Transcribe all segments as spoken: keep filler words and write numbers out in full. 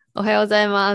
おはようございます。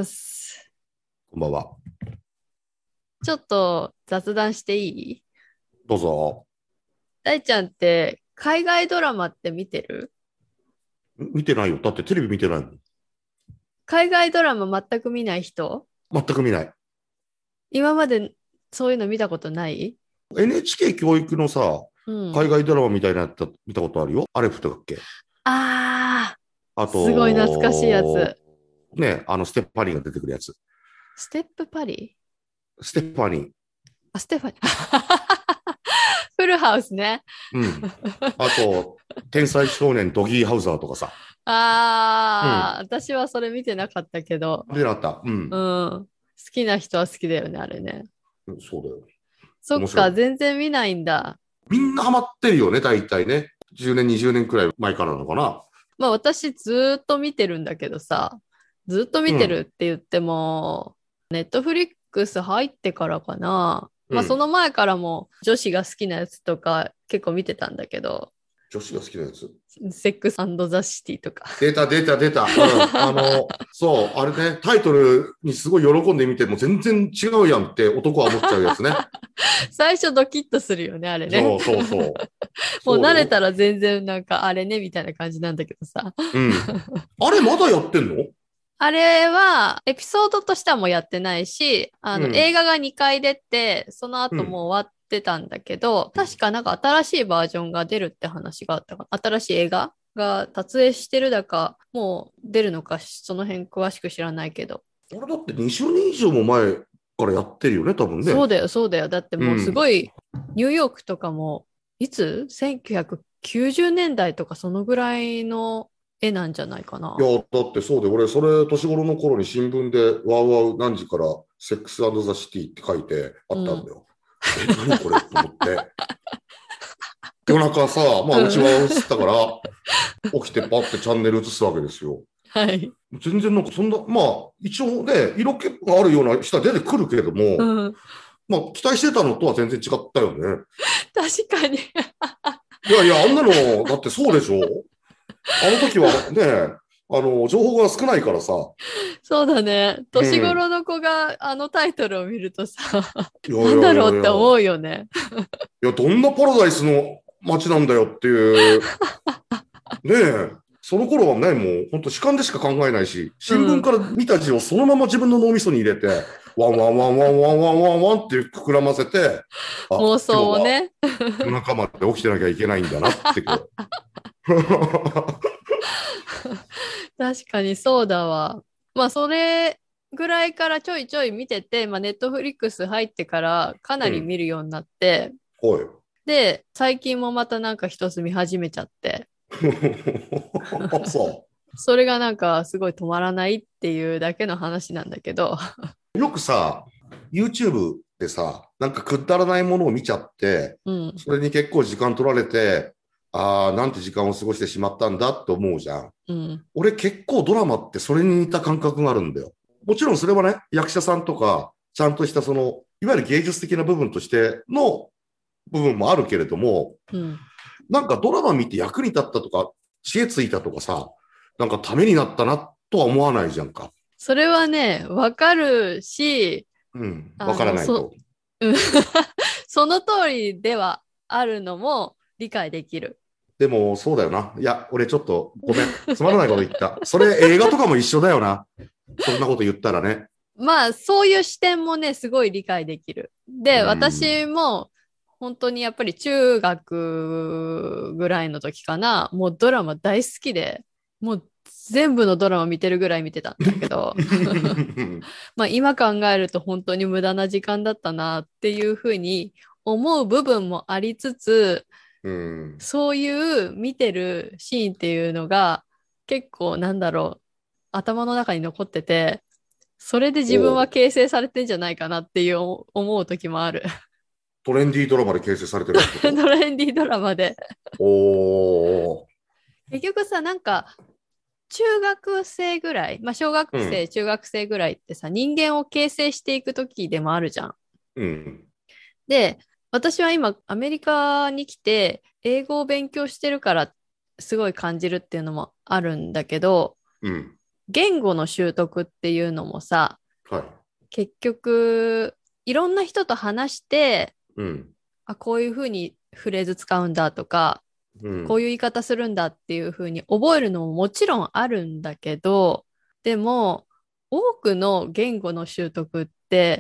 こんばんは。 ちょっと雑談していい？ どうぞ。 大ちゃんって海外ドラマって見てる？ 見てないよ。だってテレビ見てないもん。 海外ドラマ全く見ない人？ 全く見ない。 今までそういうの見たことない？ エヌエイチケー 教育のさ、 うん。 海外ドラマみたいなやつ見たことあるよ。アレフとかっけ。 あー、 あすごい懐かしいやと、 つ。 ね、あの、ステッパニーが出てくるやつ。 ステップパリ？ ステッパニー。 あ、ステファニー。フルハウスね。 うん。あと、天才少年ドギーハウザーとかさ。うん。 あー、私はそれ見てなかったけど、 見てなかった。ううん。 ん。好きな人は好きだよね、あれね。 そうだよ。 そっか、 面白い。 全然見ないんだ。 みんなハマってるよね、大体ね。じゅうねん、にじゅうねんくらい前からなのかな。 まあ私ずーっと見てるんだけどさ、ずっと見てるうん。 って言っても、ネットフリックス入ってからかな。まあそうん。 の前からも女子が好きなやつとか結構見てたんだけど、 女子が好きなやつ。 セックスザ・シティとか。 出た、出た、出た。うん。あの、そう、あれね、タイトルにすごい喜んで見ても全然違うやんって男は思っちゃうやつね。 最初ドキッとするよね、あれね。 そうそうそう。 もうそうよ。 慣れたら全然なんかあれねみたいな感じなんだけどさ。 うん。あれまだやってんの？ あれは、エピソードとしてはもうやってないし、あの、映うん。 画がにかい出て、その後もうん。 う終わってたんだけど、確かなんか新しいバージョンが出るって話があったかな。新しい映画が撮影してるだか、もう出るのか、その辺詳しく知らないけど。 あれだってにじゅうねん以上も前からやってるよね、多分ね。 そうだよ、そうだよ。だってもうすうん。 ごい、ニューヨークとかも、いつ ?せんきゅうひゃくきゅうじゅう 年代とかそのぐらいの絵なんじゃないかな。 いや、だってそうで、俺、それ、年頃の頃に新聞で、ワウワウ何時からセックスザ・シティって書いてあうん。 ったんだよ。え、何これと思って。夜中さ、まあ、うちうん。 は映ったから、起きてパッてチャンネル映すわけですよ。 はい。 全然なんかそんな、まあ、一応ね、色気があるような人は出てくるけれども、 うん。 まあ、期待してたのとは全然違ったよね。 確かに。 いやいや、あんなの、だってそうでしょ？あの時はね、あの、情報が少ないからさ、 そうだね。 うん。 年頃の子があのタイトルを見るとさ、 いやいなんだやいやいや、 ろうって思うよね。 いや、どんなパラダイスの街なんだよっていう、ねえ、その頃はね、もう本当主観でしか考えないし、 う新聞ん。 から見た字をそのまま自分の脳みそに入れて、ワンワンワンワンワンワンワンワンって膨らませて、あ、 妄今日は想をね。 夜中まで起きてなきゃいけないんだなってこう。 確かにそうだわ。まあ、それぐらいからちょいちょい見てて、まあ、ネットフリックス入ってからかなりうん。 見るようになって、 はい。 で、最近もまたなんか一つ見始めちゃって、 そそれがなんかすごい止まらないっていうだけの話なんだけど、 う。よくさ、YouTube でさ、なんかくだらないものを見ちゃって、 うん、 それに結構時間取られて、ああ、なんて時間を過ごしてしまったんだって思うじゃん。 うん、 俺結構ドラマってそれに似た感覚があるんだよ。もちろんそれはね、役者さんとか、ちゃんとしたその、いわゆる芸術的な部分としての部分もあるけれども、 うん。 なんかドラマ見て役に立ったとか、知恵ついたとかさ、なんかためになったなとは思わないじゃんか。 それはね、わかるし、 うん、わあの、そ、 からないと。 うん。その通りではあるのも理解できる。 でも、そうだよな。いや、俺ちょっとごめん。つまらないこと言った。それ映画とかも一緒だよな。そんなこと言ったらね。 まあ、そういう視点もね、すごい理解できる。 うで、私ん。 も、本当にやっぱり中学ぐらいの時かな、もうドラマ大好きで、もう全部のドラマ見てるぐらい見てたんだけど、まあ今考えると本当に無駄な時間だったなっていうふうに思う部分もありつつ、 うん。 そういう見てるシーンっていうのが結構なんだろう、頭の中に残ってて、それで自分はおう。 形成されてんじゃないかなっていう思う時もある。 トレンディードラマで形成されてるってこと？ トレンディードラマで。 おー。 結局さ、なんか中学生ぐらい、まあ小学生、 うん。 中学生ぐらいってさ、人間を形成していく時でもあるじゃん。 うん。 で、私は今アメリカに来て英語を勉強してるからすごい感じるっていうのもあるんだけど、 うん。 言語の習得っていうのもさ、 はい。 結局、いろんな人と話して、 うん。 あ、こういうふうにフレーズ使うんだとか、 うん。 こういう言い方するんだっていうふうに覚えるのももちろんあるんだけど、でも、多くの言語の習得って、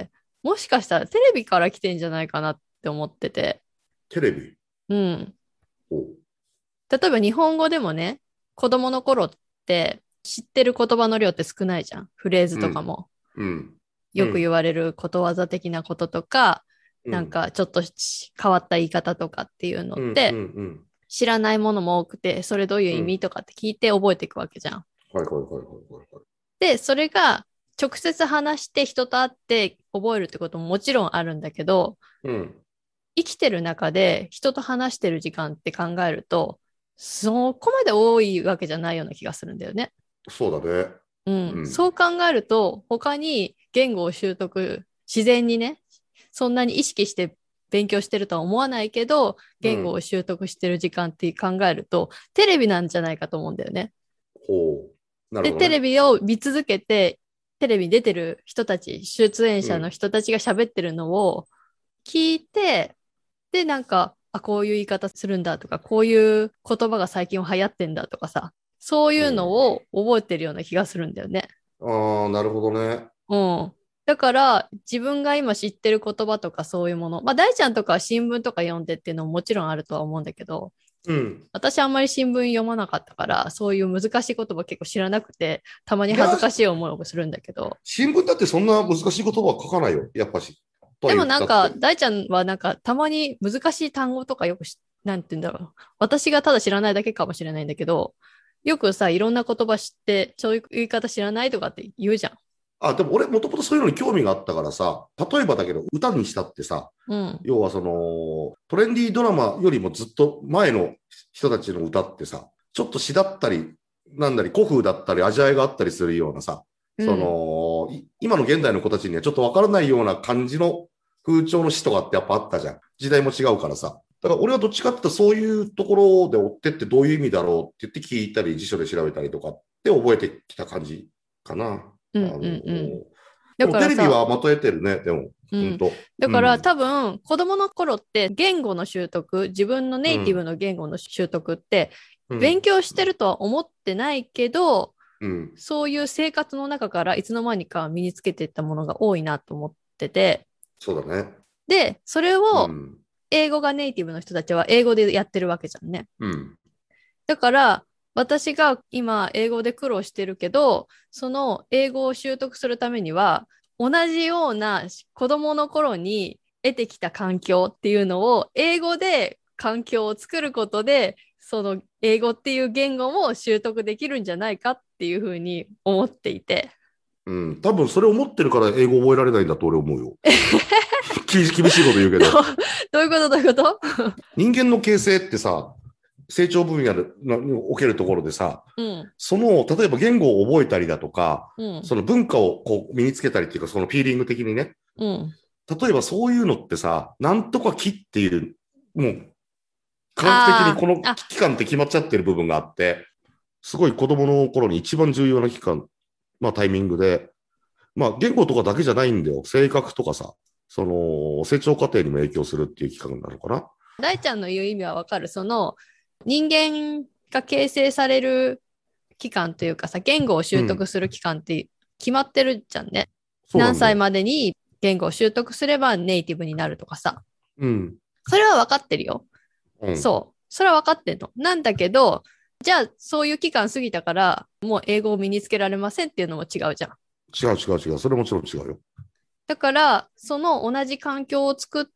もしかしたらテレビから来てんじゃないかなって思ってて。 テレビ。 うん。 お。 例えば日本語でもね、子供の頃って知ってる言葉の量って少ないじゃん。フレーズうん。 とかも。 うん。うよく言ん。 われることわざ的なこととか、なんうん。 かちょっと変わった言い方とかっていうのうん。うってん。 知らないものも多くて、それどういううん。 意味とかって聞いて覚えていくわけじゃん。 はいはいはいはいはいはい。 で、それが直接話して人と会って覚えるってことももちろんあるんだけど、 うん。 生きてる中で人と話してる時間って考えると、そこまで多いわけじゃないような気がするんだよね。 そうだね。 うん。 うん。 そう考えると、他に言語を習得、自然にね、そんなに意識して勉強してるとは思わないけど、言語をうん。 習得してる時間って考えると、テレビなんじゃないかと思うんだよね。 ほう。なるで、 ほどね。 テレビを見続けて、テレビに出てる人たち、出演者のうん。 人たちが喋ってるのを聞いて、で、なんか、あ、こういう言い方するんだとか、こういう言葉が最近は流行ってんだとかさ、そういうのうん。 を覚えてるような気がするんだよね。 ああ、なるほどね。 うん。だから、自分が今知ってる言葉とかそういうもの、まあ、大ちゃんとかは新聞とか読んでっていうのももちろんあるとは思うんだけど、 うん。 私あんまり新聞読まなかったから、そういう難しい言葉結構知らなくて、たまにいや、 恥ずかしい思いをするんだけど、 新聞だってそんな難しい言葉は書かないよ。やっぱし。とはでも言なんか、 ったって。 大ちゃんはなんか、たまに難しい単語とかよくし、なんて言うんだろう。私がただ知らないだけかもしれないんだけど、よくさ、いろんな言葉知って、そういう言い方知らないとかって言うじゃん。 あ、でも俺もともとそういうのに興味があったからさ、例えばだけど歌にしたってさ、 うん。 要はそのトレンディードラマよりもずっと前の人たちの歌ってさ、ちょっと詩だったり、なんだり古風だったり味わいがあったりするようなさ、そうん。 の、今の現代の子たちにはちょっとわからないような感じの風潮の詩とかってやっぱあったじゃん。時代も違うからさ。だから俺はどっちかっていうとそういうところで追ってってどういう意味だろうって言って聞いたり辞書で調べたりとかって覚えてきた感じかな。 うん、 あのうん、うん。だでもテレビからさ、 はまとえてるね、でも、 うん。 ほんと。 だからうん。 多分、子供の頃って言語の習得、自分のネイティブうん。 の言語の習得って、 うん。 勉強してるとは思ってないけど、 うん。 そういう生活の中からいつの間にか身につけていったものが多いなと思ってて、 そうだね。 で、それをうん。 英語がネイティブの人たちは英語でやってるわけじゃんね。 うん。 だから、私が今英語で苦労してるけど、その英語を習得するためには、同じような子供の頃に得てきた環境っていうのを英語で環境を作ることで、その英語っていう言語も習得できるんじゃないかっていうふうに思っていて。 うん。多分それを持ってるから英語覚えられないんだと俺思うよ。厳しいこと言うけどう、 ど。 どういうことどういうこと？ 人間の形成ってさ、成長分野におけるところでさ、 うん、 その、例えば言語を覚えたりだとか、 うん、 その文化をこう身につけたりっていうか、そのフィーリング的にね、 うん。 例えばそういうのってさ、なんとか木っていう、もう科学的にあこのあ、あ、 期間って決まっちゃってる部分があって、すごい子供の頃に一番重要な期間、まあタイミングで、まあ言語とかだけじゃないんだよ。性格とかさ、その成長過程にも影響するっていう期間なのかな。 大ちゃんの言う意味はわかる。その人間が形成される期間というかさ、言語を習得うん。 する期間って決まってるじゃんね。何歳そうなんだよ。 までに言語を習得すればネイティブになるとかさ。 うん。 それは分かってるよ。 うん。 そう。それは分かってんの。なんだけど、じゃあそういう期間過ぎたから、もう英語を身につけられませんっていうのも違うじゃん。 違う違う違う。それもちろん違うよ。 だから、その同じ環境を作って、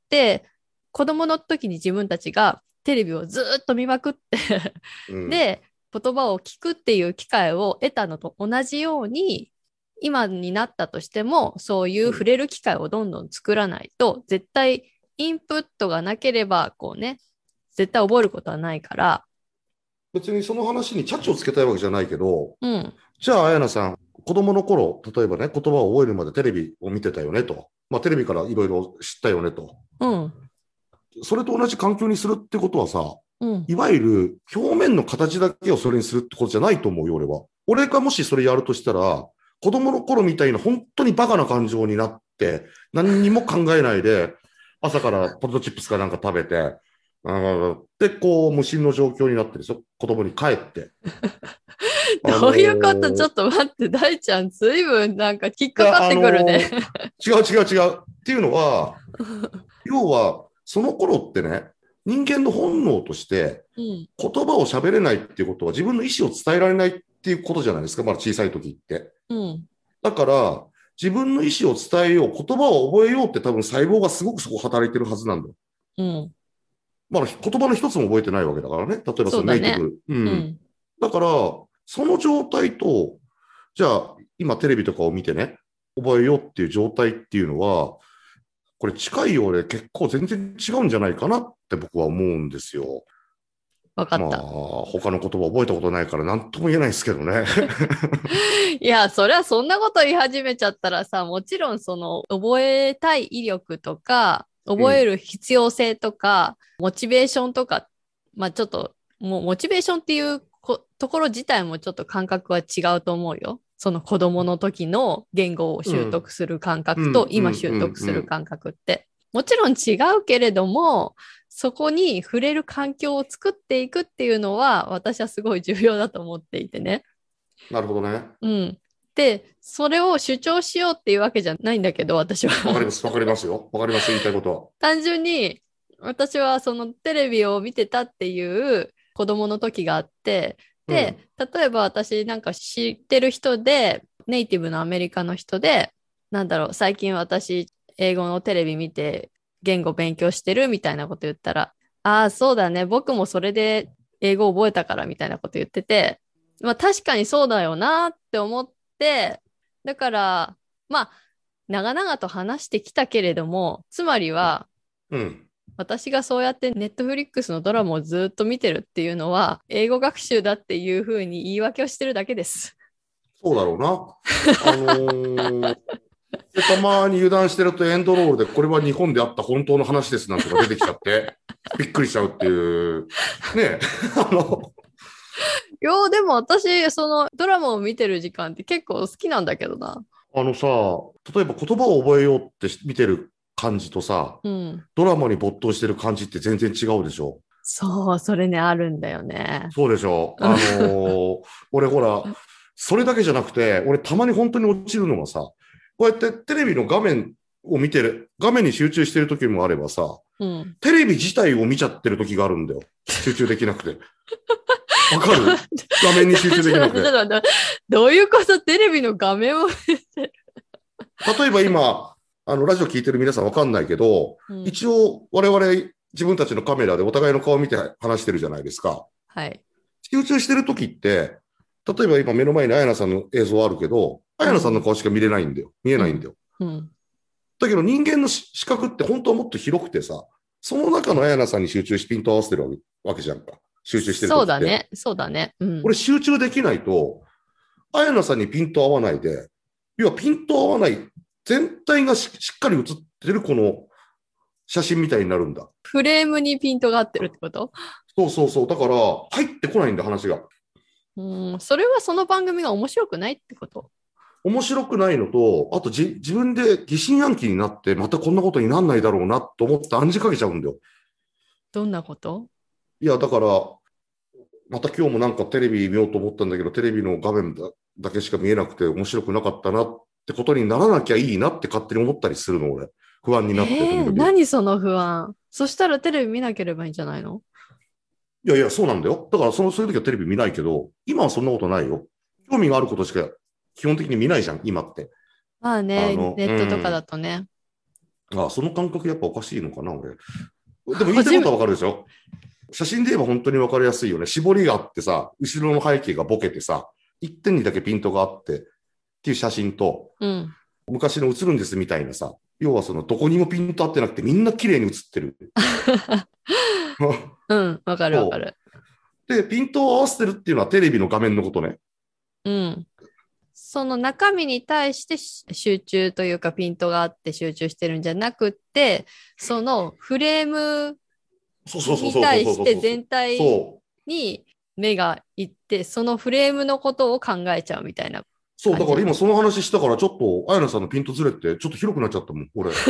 子供の時に自分たちがテレビをずっと見まくってうん。 で、言葉を聞くっていう機会を得たのと同じように、今になったとしても、そういううん。 触れる機会をどんどん作らないと、絶対インプットがなければ、こうね、絶対覚えることはないから、 別にその話にチャチをつけたいわけじゃないけど、 うん、 じゃあ、あやなさん、子供の頃、例えばね、言葉を覚えるまでテレビを見てたよねと。まあ、テレビからいろいろ知ったよねと。 うん、 それと同じ環境にするってことはさ、 うん。 いわゆる表面の形だけをそれにするってことじゃないと思うよ、俺は。 俺がもしそれやるとしたら、子供の頃みたいな本当にバカな感情になって、何にも考えないで、朝からポテトチップスかなんか食べて、で、こう、無心の状況になってるんですよ。子供に帰って。 どういうこと、ちょっと待って、大ちゃん、ずいぶんなんか引っかかってくるね。 違う違う違う。っていうのは、要は、その頃ってね、人間の本能として、言葉を喋れないっていうことは自分の意思を伝えられないっていうことじゃないですか、まだ小さい時って。 うん、 だから、自分の意思を伝えよう、言葉を覚えようって多分細胞がすごくそこ働いてるはずなんだよ。 うん。 まあ、言葉の一つも覚えてないわけだからね。例えばそのネイティブ。うね、うん。うん、だから、その状態と、じゃあ、今テレビとかを見てね、覚えようっていう状態っていうのは、これ近いようで結構全然違うんじゃないかなって僕は思うんですよ。 わかった。まあ、 他の言葉覚えたことないから何とも言えないですけどね。 いや、そりゃそんなこと言い始めちゃったらさ、もちろんその覚えたい威力とか、覚える必要性とか、うん、モチベーションとか、まあちょっと、もうモチベーションっていうところ自体もちょっと感覚は違うと思うよ。その子供の時の言語を習得する感覚と今習得する感覚って。もちろん違うけれども、そこに触れる環境を作っていくっていうのは私はすごい重要だと思っていてね。 なるほどね。 うん。で、それを主張しようっていうわけじゃないんだけど、私は。 わかります、わかりますよ。わかります、言いたいことは。 単純に、私はそのテレビを見てたっていう子供の時があって、で、うん、例えば私なんか知ってる人で、ネイティブのアメリカの人で、なんだろう、最近私、英語のテレビ見て言語勉強してるみたいなこと言ったら、ああ、そうだね、僕もそれで英語覚えたからみたいなこと言ってて、まあ確かにそうだよなって思って、だから、まあ、長々と話してきたけれども、つまりは、 うん、 私がそうやってネットフリックスのドラマをずっと見てるっていうのは、英語学習だっていうふうに言い訳をしてるだけです。 そうだろうな。あのー、でたまに油断してるとエンドロールでこれは日本であった本当の話ですなんてのが出てきちゃってびっくりしちゃうっていうね。あのいやでも私そのドラマを見てる時間って結構好きなんだけどな。 あのさ、例えば言葉を覚えようって見てる感じとさ、 うん、 ドラマに没頭してる感じって全然違うでしょ。 そうそれねあるんだよね。 そうでしょ。あのー、俺ほらそれだけじゃなくて俺たまに本当に落ちるのがさ、こうやってテレビの画面を見てる、画面に集中してる時もあればさ、うん、テレビ自体を見ちゃってる時があるんだよ。集中できなくて。わかる？画面に集中できなくて。 どういうこと？テレビの画面を見てる。 例えば今、あの、ラジオ聞いてる皆さんわかんないけど、うん、一応我々自分たちのカメラでお互いの顔を見て話してるじゃないですか。 はい。 集中してる時って、例えば今目の前にあやなさんの映像あるけど、あやなさんの顔しか見れないんだよ。見えないんだよ。うんうん、だけど人間の視覚って本当はもっと広くてさ、その中のあやなさんに集中しピント合わせてるわけじゃんか。集中してる時って。 そうだね。そうだね。 うん、これ集中できないと、あやなさんにピント合わないで、要はピント合わない、全体が し, しっかり映ってるこの写真みたいになるんだ。 フレームにピントが合ってるってこと？ そうそうそう。だから、入ってこないんだ、話が。 うん、それはその番組が面白くないってこと？ 面白くないのと、あとじ自分で疑心暗鬼になって、またこんなことになんないだろうなと思って暗示かけちゃうんだよ。 どんなこと？ いや、だから、また今日もなんかテレビ見ようと思ったんだけど、テレビの画面だけしか見えなくて面白くなかったなってことにならなきゃいいなって勝手に思ったりするの、俺。不安になって。 えー、何その不安。そしたらテレビ見なければいいんじゃないの？ いやいや、そうなんだよ。だからその、そういう時はテレビ見ないけど、今はそんなことないよ。興味があることしか基本的に見ないじゃん、今って。 まあね、ネットとかだとね。 うん、あ、その感覚やっぱおかしいのかな、俺。でも言いたいことはわかるでしょ。写真で言えば本当にわかりやすいよね。絞りがあってさ、後ろの背景がボケてさ、一点にだけピントがあってっていう写真と、うん、昔の映るんですみたいなさ、要はそのどこにもピント合ってなくてみんな綺麗に写ってる。 うん、わかるわかる。 で、ピントを合わせてるっていうのはテレビの画面のことね。 うん。その中身に対して集中というかピントがあって集中してるんじゃなくて、そのフレームに対して全体に目がいって、そのフレームのことを考えちゃうみたいなそう、 感じ。 だから今その話したから、ちょっと、あやなさんのピントずれて、ちょっと広くなっちゃったもん、俺。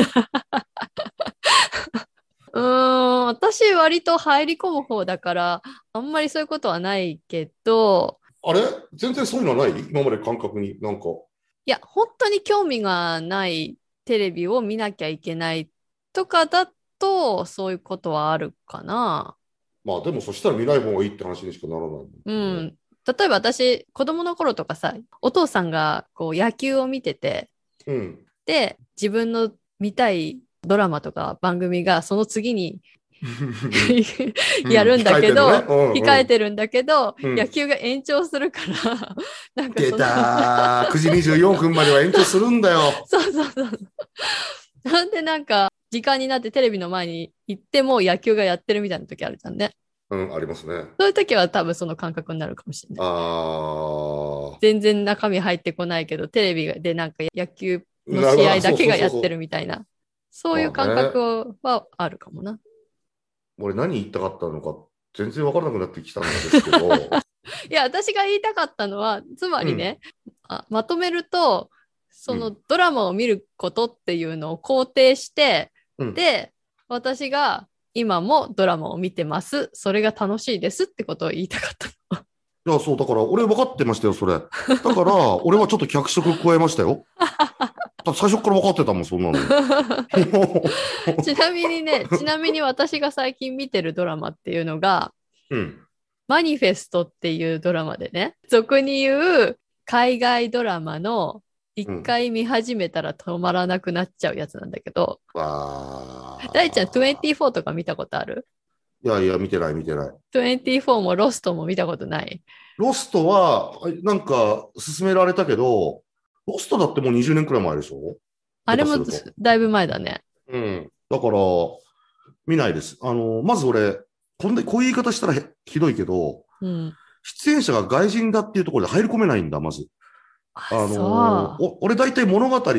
うーん、私割と入り込む方だから、あんまりそういうことはないけど、 あれ全然そういうのはない今まで感覚に。なんか。 いや、本当に興味がないテレビを見なきゃいけないとかだと、そういうことはあるかな。 まあでもそしたら見ない方がいいって話にしかならないもんうね。 ん。例えば私、子供の頃とかさ、お父さんがこう野球を見てて、 うん。 で、自分の見たいドラマとか番組がその次にうん、 やるんだ控えてんのね。 けど、 うんうん。 控えてるんだけど、 うん。 野球が延長するからなんか出そのたー。くじにじゅうよんぷんまでは延長するんだよ。 そうそうそう。なんでなんか、時間になってテレビの前に行っても野球がやってるみたいな時あるじゃんね。 うん、ありますね。 そういう時は多分その感覚になるかもしれない。 あ全然中身入ってこないけど、テレビでなんか野球ー。 のなるほど。 試合だそうけがやってるそうそうそみたいな、そう。 ういう感まあね。 覚はあるかもな。 俺何言いたかったのか全然わからなくなってきたんですけど。 いや、私が言いたかったのは、つまうん。 りね、あまとめると、そのうん。 ドラマを見ることっていうのを肯定して、 うん。 で、私が今もドラマを見てます。それが楽しいですってことを言いたかった。 いや、そう、だから俺分かってましたよ、それ。だから、俺はちょっと脚色加えましたよ。だって最初から分かってたもん、そんなの。 ちなみにね、ちなみに私が最近見てるドラマっていうのが、 うん。 マニフェストっていうドラマでね、俗に言う海外ドラマの一うん。 回見始めたら止まらなくなっちゃうやつなんだけど、大ちゃんわにじゅうよんとか見たことある？ ー。いやいや、見てない、見てない。 にじゅうよん もロストも見たことない？ ロストは、なんか、勧められたけど、ロストだってもうにじゅうねんくらい前でしょ下あれも手すると。 だいぶ前だね。 うん。だから、見ないです。あの、まず俺、こんで、こういう言い方したらへひどいけど、 うん。 出演者が外人だっていうところで入り込めないんだ、まず。 あ、 あのーそお俺大体物語って、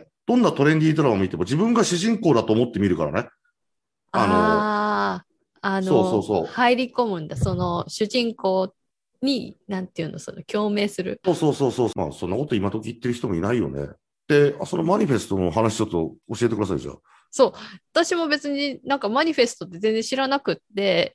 どんなトレンディードラマを見ても自分が主人公だと思って見るからね。 う。 あのーああ、あそうそうの、 そ入り込むんだ。その主人公に、なんていうの、その共鳴する。 う。そうそうそうそう。まあ、そんなこと今時言ってる人もいないよね。で、あそのマニフェストの話ちょっと教えてください、じゃあ。 そう。私も別になんかマニフェストって全然知らなくって、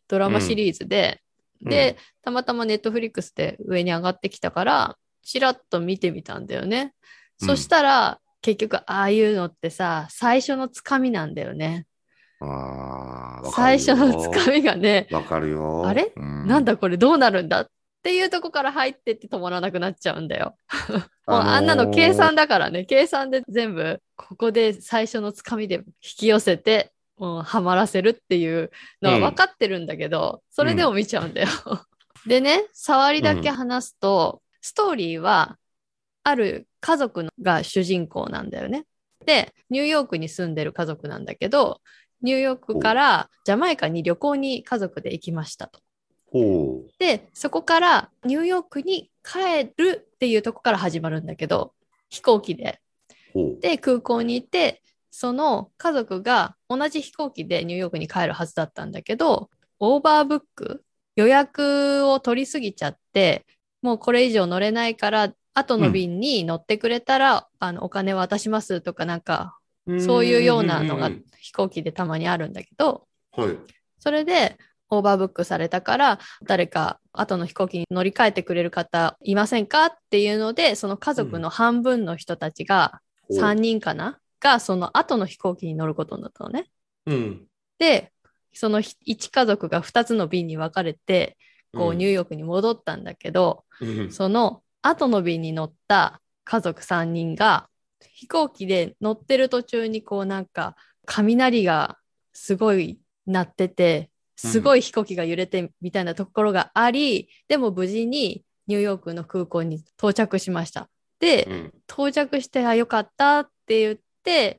ドラマシうん、 リーズで。で、 うん、 たまたまネットフリックスで上に上がってきたから、ちらっと見てみたんだよね。そしうん。 たら、結局、ああいうのってさ、最初のつかみなんだよね。 ああ、わかる最初のつかよ。 みがね、 わかるよ。 あれうん。 なんだこれどうなるんだっていうとこから入ってって止まらなくなっちゃうんだよ。もうああんなの計のー算だからね。計算で全部、ここで最初のつかみで引き寄せて、もうハマらせるっていうのは分うん、 かってるんだけど、それでもうん、 見ちゃうんだよ。でね、触りだけうん。 話すと、ストーリーは、ある家族が主人公なんだよね。で、ニューヨークに住んでる家族なんだけど、ニューヨークほう、 からジャマイカに旅行に家族で行きましたと。 ほう、 で、そこからニューヨークに帰るっていうとこから始まるんだけど、飛行機で。 ほう、 で、空港にいて、その家族が同じ飛行機でニューヨークに帰るはずだったんだけど、オーバーブック、予約を取りすぎちゃって、もうこれ以上乗れないから、後のうん。 便に乗ってくれたら、あの、お金渡しますとかなんか、 うーん、 そういうよううん、 なのがうん。 飛行機でたまにあるんだけど、 はい。 それでオーバーブックされたから、誰か後の飛行機に乗り換えてくれる方いませんかっていうので、その家うん。 族の半分の人たちが、 ほさんにんかなが、その後の飛行機に乗ることになったのね。 う。うん。 で、そのいち家族がふたつの便に分かれて、こうニューうん。 ヨークに戻ったんだけど、 うん。 その後の便に乗った家族さんにんが、飛行機で乗ってる途中にこうなんか雷がすごい鳴ってて、すごうん。 い飛行機が揺れてみたいなところがあり、でも無事にニューヨークの空港に到着しました。で、 うん。 到着して、あ、よかったって言って、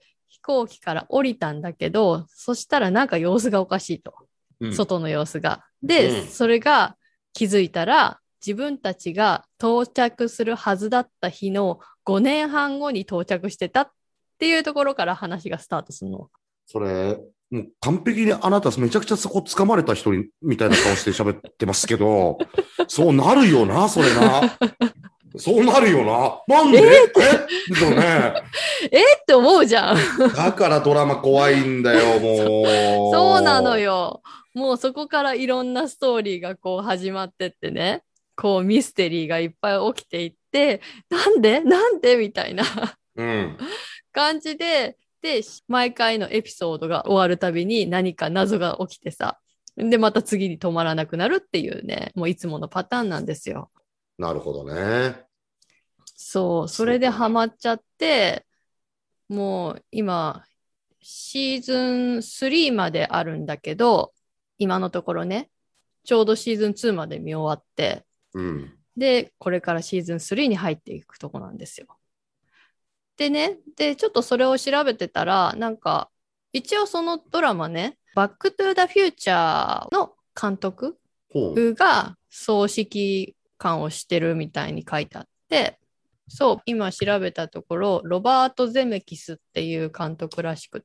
飛行機から降りたんだけど、そしたらなんか様子がおかしいと。 うん。 外の様子が。で、 うん。 それが気づいたら、自分たちが到着するはずだった日のごねんはん後に到着してたっていうところから話がスタートするの。 それ、 もう完璧にあなためちゃくちゃそこ掴まれた人にみたいな顔して喋ってますけど、そうなるよな、それな。そうなるよな。なんでええそうね。 えって思うじゃん。 だからドラマ怖いんだよ、もう。 そうなのよ。もうそこからいろんなストーリーがこう始まってってね、こうミステリーがいっぱい起きていって、なんでなんでみたいなうん。 感じで、で、毎回のエピソードが終わるたびに何か謎が起きてさ、で、また次に止まらなくなるっていうね、もういつものパターンなんですよ。 なるほどね。 そう、それでハマっちゃって、もう今、シーズンスリーまであるんだけど、今のところね、ちょうどシーズンツーまで見終わって、 うん。 で、これからシーズンスリーに入っていくとこなんですよ。でね、で、ちょっとそれを調べてたら、なんか、一応そのドラマね、バックトゥーザフューチャーの監督ほう。 が総指揮官をしてるみたいに書いてあって、そう、今調べたところ、ロバート・ゼメキスっていう監督らしくって、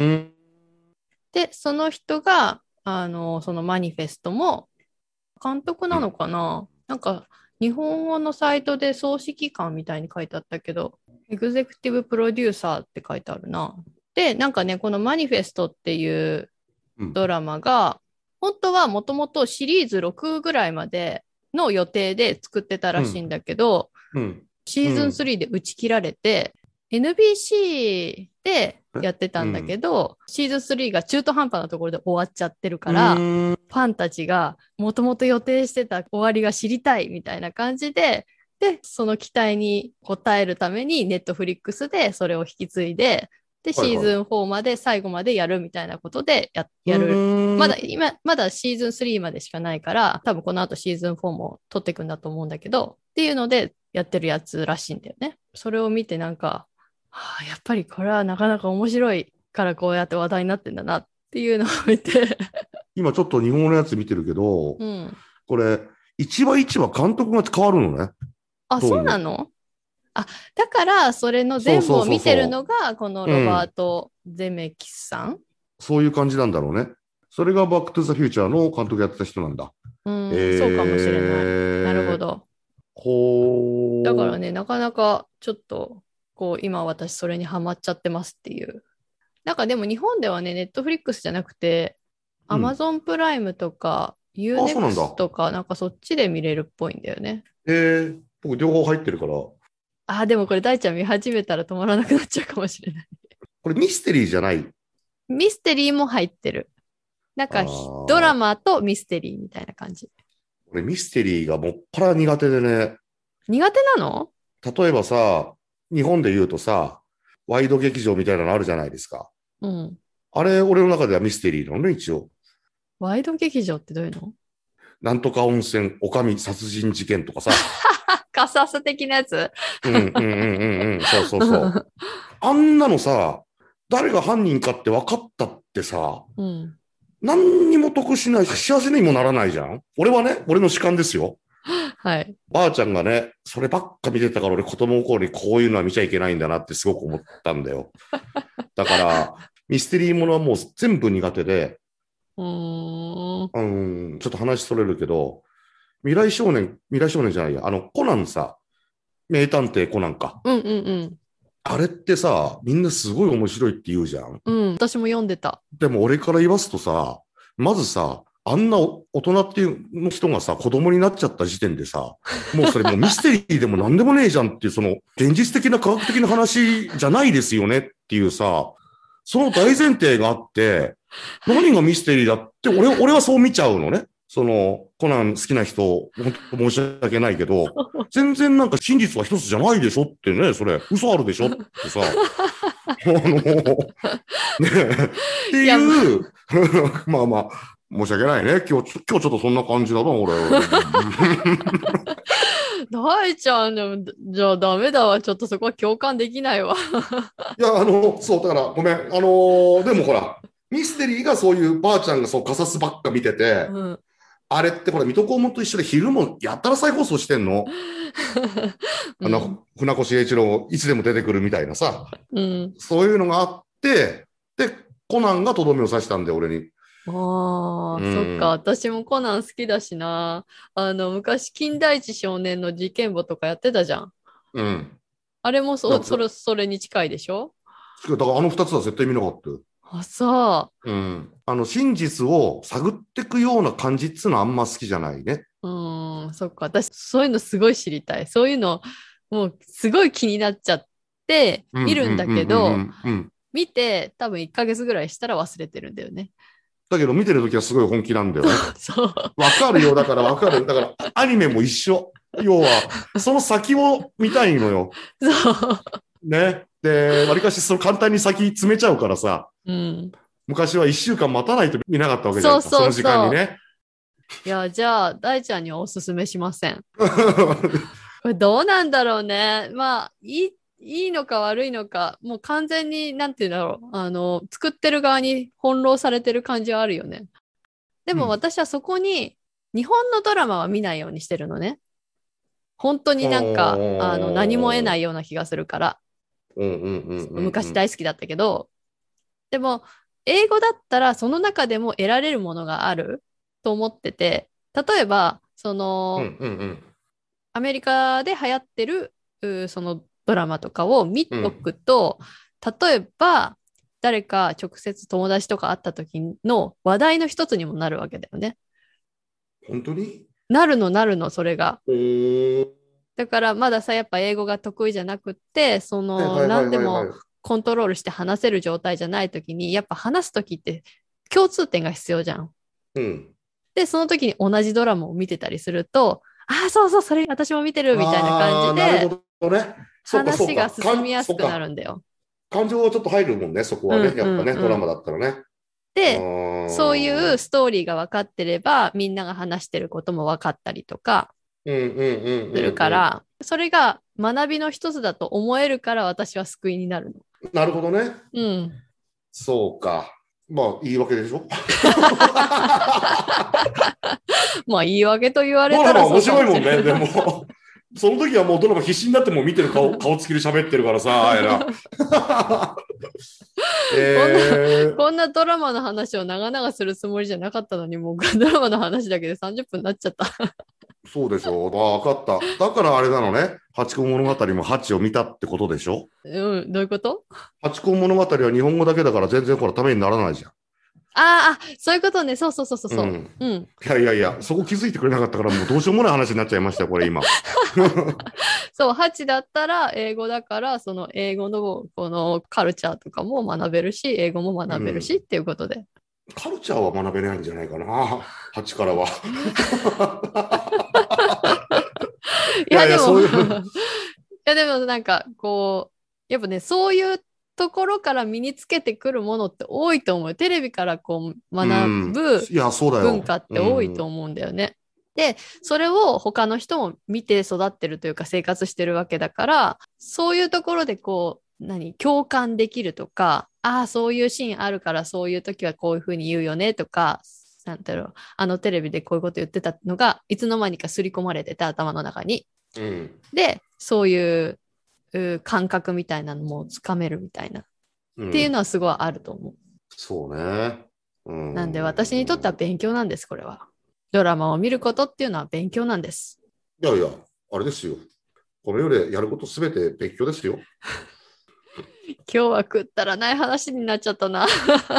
うん。 で、その人が、あの、そのマニフェストも、監督なのかな、なんか、日本語のサイトで総指揮官みたいに書いてあったけど、エグゼクティブプロデューサーって書いてあるな。で、なんかね、このマニフェストっていううん。 ドラマが、本当はもともとシリーズろくぐらいまでの予定で作ってたうん。 らしいんだけど、 うん。 シーズンスリーで打ち切られて、エヌビーシー でえやってたんだけうん。 ど、シーズンスリーが中途半端なところで終わっちゃってるうから、 ーん。 ファンたちがもともと予定してた終わりが知りたいみたいな感じで、で、その期待に応えるためにネットフリックスでそれを引き継いで、で、 はいはい。 シーズンフォーまで最後までやるみたいなことでや、 うやる。まだ、 ーん。 今、まだシーズンスリーまでしかないから、多分この後シーズンフォーも撮っていくんだと思うんだけど、っていうのでやってるやつらしいんだよね。それを見てなんか、はあ、やっぱりこれはなかなか面白いからこうやって話題になってんだなっていうのを見て今ちょっと日本のやつ見てるけど、 うん。 これ、一話一話監督が変わるのね。 あ、そうなどうも。 の？あ、だからそれの全部をそうそうそう見てるのそがこのう。うロバーん。 ト・ゼメキスさん。 そういう感じなんだろうね。それがバックトゥザフューチャーの監督やってた人なんだ。 うん、そうかもしれない。なるほえー、 ど。だからほー。 ね、なかなかちょっと、こう、今私それにハマっちゃってますっていう。なんかでも日本ではね、ネットフリックスじゃなくて、アマうん。 ゾンプライムとか、 あ、そうなんユーネクストだ。 とか、なんかそっちで見れるっぽいんだよね。 えー、僕両方入ってるから。こあ、でもこれ大ちゃん見始めたら止まらなくなっちゃうかもしれない。 れミステリーじゃない。 ミステリーも入ってる。なんあかドラー、 マとミステリーみたいな感じ。 これミステリーがもっぱら苦手でね。 苦手なの？ 例えばさ、日本で言うとさ、ワイド劇場みたいなのあるじゃないですか。 うん。 あれ、俺の中ではミステリーなのね、一応。 ワイド劇場ってどういうの？ なんとか温泉、おかみ殺人事件とかさ。 あ、カサス的なやつ。 うんうんうんうんうん。そうそうそう。あんなのさ、誰が犯人かって分かったってさ、 うん。 何にも得しないし、幸せにもならないじゃん。俺はね、俺の主観ですよ。 はい。 ばあちゃんがね、そればっか見てたから俺子供の頃にこういうのは見ちゃいけないんだなってすごく思ったんだよ。だから、ミステリーものはもう全部苦手で、 うーん。 うん、ちょっと話それるけど、未来少年、未来少年じゃないや、あの、コナンさ、名探偵コナンか。 うんうんあれってさ、みんなすごい面白いって言うじゃん。 うん。うん。私も読んでた。 でも俺から言わすとさ、まずさ、あんな大人っていうの人がさ、子供になっちゃった時点でさ、もうそれもうミステリーでも何でもねえじゃんっていう、その現実的な科学的な話じゃないですよねっていうさ、その大前提があって、何がミステリーだって俺、俺はそう見ちゃうのね。その、コナン好きな人、本当申し訳ないけど、全然なんか真実は一つじゃないでしょってね、それ、嘘あるでしょってさ、あの、ねえ、っていや、まいう、まあまあ、申し訳ないね。今日、今日ちょっとそんな感じだな、俺。 大ちゃんでも、じゃあダメだわ。ちょっとそこは共感できないわ。 いや、あの、そう、だから、ごめん。あのーでもほら、ミステリーがそういうばあちゃんがそう、カサスばっか見てて、 うん。 あれってほら、水戸黄門と一緒で昼もやったら再放送してんの。あの、 うん。 船越英一郎いつでも出てくるみたいなさ、 うん。 そういうのがあって、で、 コナンがとどめを刺したんで、俺に。 ああ、 うんそっか。私もコナン好きだしな。あの、昔、金田一少年の事件簿とかやってたじゃん。 うん。 あれもそ、 だから、 それ、それに近いでしょ？ だからあの二つは絶対見なかったよ。 あ、そうん。あの、真実を探っていくような感じっつうのはあんま好きじゃないね。 う。うーん、そっか。私、そういうのすごい知りたい。そういうの、もう、すごい気になっちゃって、 うんうん見るんだうんうんうけど、 んうん。 見て、多分いっかげつぐらいしたら忘れてるんだよね。 だけど見てるときはすごい本気なんだよね。 そう。 わかるよ。だからわかる。だからアニメも一緒。要は、その先を見たいのよ。 そう。 ね。で、わりかしその簡単に先詰めちゃうからさ、 うん。 昔はいっしゅうかん待たないと見なかったわけじゃんか。そそうそうの時間にそね。 う。いや、じゃあ、大ちゃんにはおすすめしません。これどうなんだろうね。まあ、いい、いいのか悪いのか、もう完全に、なんて言うんだろう。あの、作ってる側に翻弄されてる感じはあるよね。でもうん。 私はそこに、日本のドラマは見ないようにしてるのね。本当になんか、あの、何も得ないような気がするから、 うんうんうんうんうん。 昔大好きだったけど、でも、英語だったらその中でも得られるものがあると思ってて、例えば、そうんの、 うんうん。 アメリカで流行ってる、うそのドラマとかを見とうん。 くと、例えば、誰か直接友達とか会った時の話題の一つにもなるわけだよね。 本当に？ なるのなるの、それが。 おー。 だからまださ、やっぱ英語が得意じゃなくって、そのはいはいはい何でもはいはい。 コントロールして話せる状態じゃない時に、やっぱ話す時って共通点が必要じゃん。 うん。 で、その時に同じドラマを見てたりすると、ああ、そうそう、それ私も見てるみたいな感ああ、なるじで、 ほどね。そうかそう話がか。かん、 進みやすくなそうか。 るんだよ。 感情はちょっと入るもんね、そこはね。 うんうやっぱね、ドラマんうん。 だったらね。うで、そういうーん。 ストーリーが分かってれば、みんなが話してることも分かったりとかうんうんうんするうんうん。 から、それが学びの一つだと思えるから私は救いになるの。 なるほどね。 うん。 そうか。まあ、言い訳でしょ？ まあ言い訳と言われたドラマ面らそうかも白いもんね。 しれない。 でも、その時はもうドラマ必死になってもう見てる顔、顔つきで喋ってるからさ、あやな。 こんな、 えー、 こんなドラマの話を長々するつもりじゃなかったのに、もうドラマの話だけでさんじゅっぷんになっちゃった。 そうでしょ。あ、わかった。だからあれなのね。八甲物語もハチを見たってことでしょ？ うん、どういうこと？ 八甲物語は日本語だけだから全然ほらためにならないじゃん。 あーあ、そういうことね。そうそうそうそうそうん。 う。うん。 いやいやいや、そこ気づいてくれなかったからもうどうしようもない話になっちゃいましたよ、これ今。 そう、はちだったら英語だから、その英語のこのカルチャーとかも学べるし、英語もう学べるしっん。 ていうことで。 カルチャーは学べないんじゃないかな。はちからは。 いや、 いやいや、 でもいそういう、 や、でもなんか、こう、やっぱね、そういうところから身につけてくるものって多いと思う。テレビからこうう学ん。 ぶいや、そうだよ。 文化って多いとうん。 思うんだよね。で、それを他の人も見て育ってるというか生活してるわけだから、そういうところでこう、何、共感できるとか、ああ、そういうシーンあるからそういう時はこういうふうに言うよねとか、なんだろう、あのテレビでこういうこと言ってたのが、いつの間にか刷り込まれてた頭の中に。 うん。 で、そういうう感覚みたいなのもつかめるみたいな。っていうのうん。 はすごいあると思う。 そうね。うなんで私にとってはん。 勉強なんです、これは。ドラマを見ることっていうのは勉強なんです。 いやいや、あれですよ。この世でやることすべて別居ですよ。 今日は食ったらない話になっちゃったな。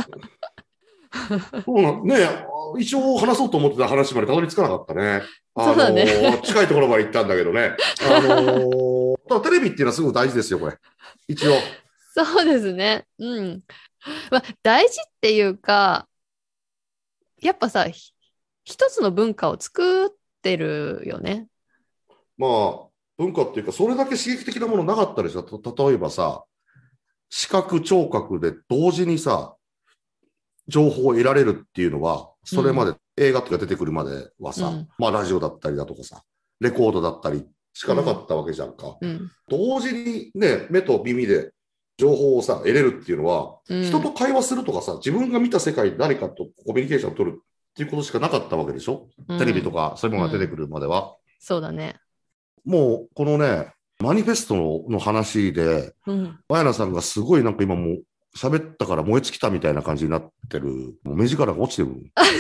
そうなんねえ、一応話そうと思ってた話までたどり着かなかったね。あのそうだね。 ー近いところまで行ったんだけどね。あのーただテレビっていうのはすごく大事ですよ、これ。一応。 そうですね。うん。まあ、大事っていうか、やっぱさ、ひ一つの文化を作ってるよね。 まあ、文化っていうか、それだけ刺激的なものなかったでしょ。た例えばさ、視覚、聴覚で同時にさ、情報を得られるっていうのは、 うん。 それまで映画とか出てくるまではさ、 うん。 まあラジオだったりだとかさ、レコードだったりしかなかうん。 ったわけじゃんか。 うん。 同時にね、目と耳で情報をさ、得れるっていうのは、 うん。 人と会話するとかさ、自分が見た世界で誰かとコミュニケーションを取るっていうことしかなかったわけでしょ？テレビとうん。 かそういうもうん。 のが出てくるまでは。 そうだね。 もう、このね、マニフェストのの話で、 うん。 マヤナさんがすごいなんか今もう喋ったから燃え尽きたみたいな感じになってる。もう目力が落ちてる。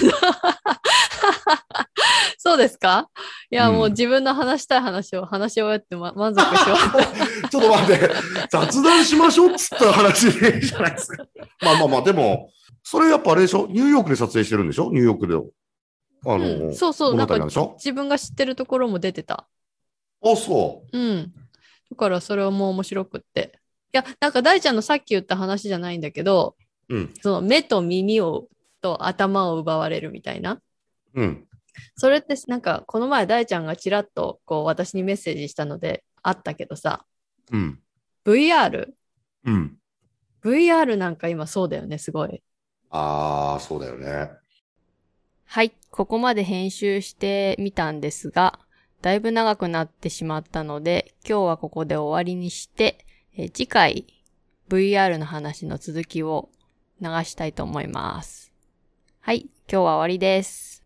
そうですか？いや、 うん、 もう自分の話したい話を話し終わって、ま、満足し終わった。 ちょっと待って、雑談しましょうっつった話でいいじゃないですか。まあまあまあ、でも、それやっぱあれでしょ？ニューヨークで撮影してるんでしょ？ニューヨークで。あの、 うん、そうそう、な物んか語なんでしょ？ 自分が知ってるところも出てた。 あ、そうん。だからそれはもう面白くって。いや、なんか大ちゃんのさっき言った話じゃないんだけど、 う。うん。 その目と耳を、と頭を奪われるみたいな。 うん。 それってなんかこの前大ちゃんがちらっとこう私にメッセージしたのであったけどさ、 うん。 ブイアール? うん。 ブイアール なんか今そうだよね、すごい。 ああ、そうだよね。 はい、ここまで編集してみたんですが、だいぶ長くなってしまったので、今日はここで終わりにして、え次回 ブイアール の話の続きを流したいと思います。はい、今日は終わりです。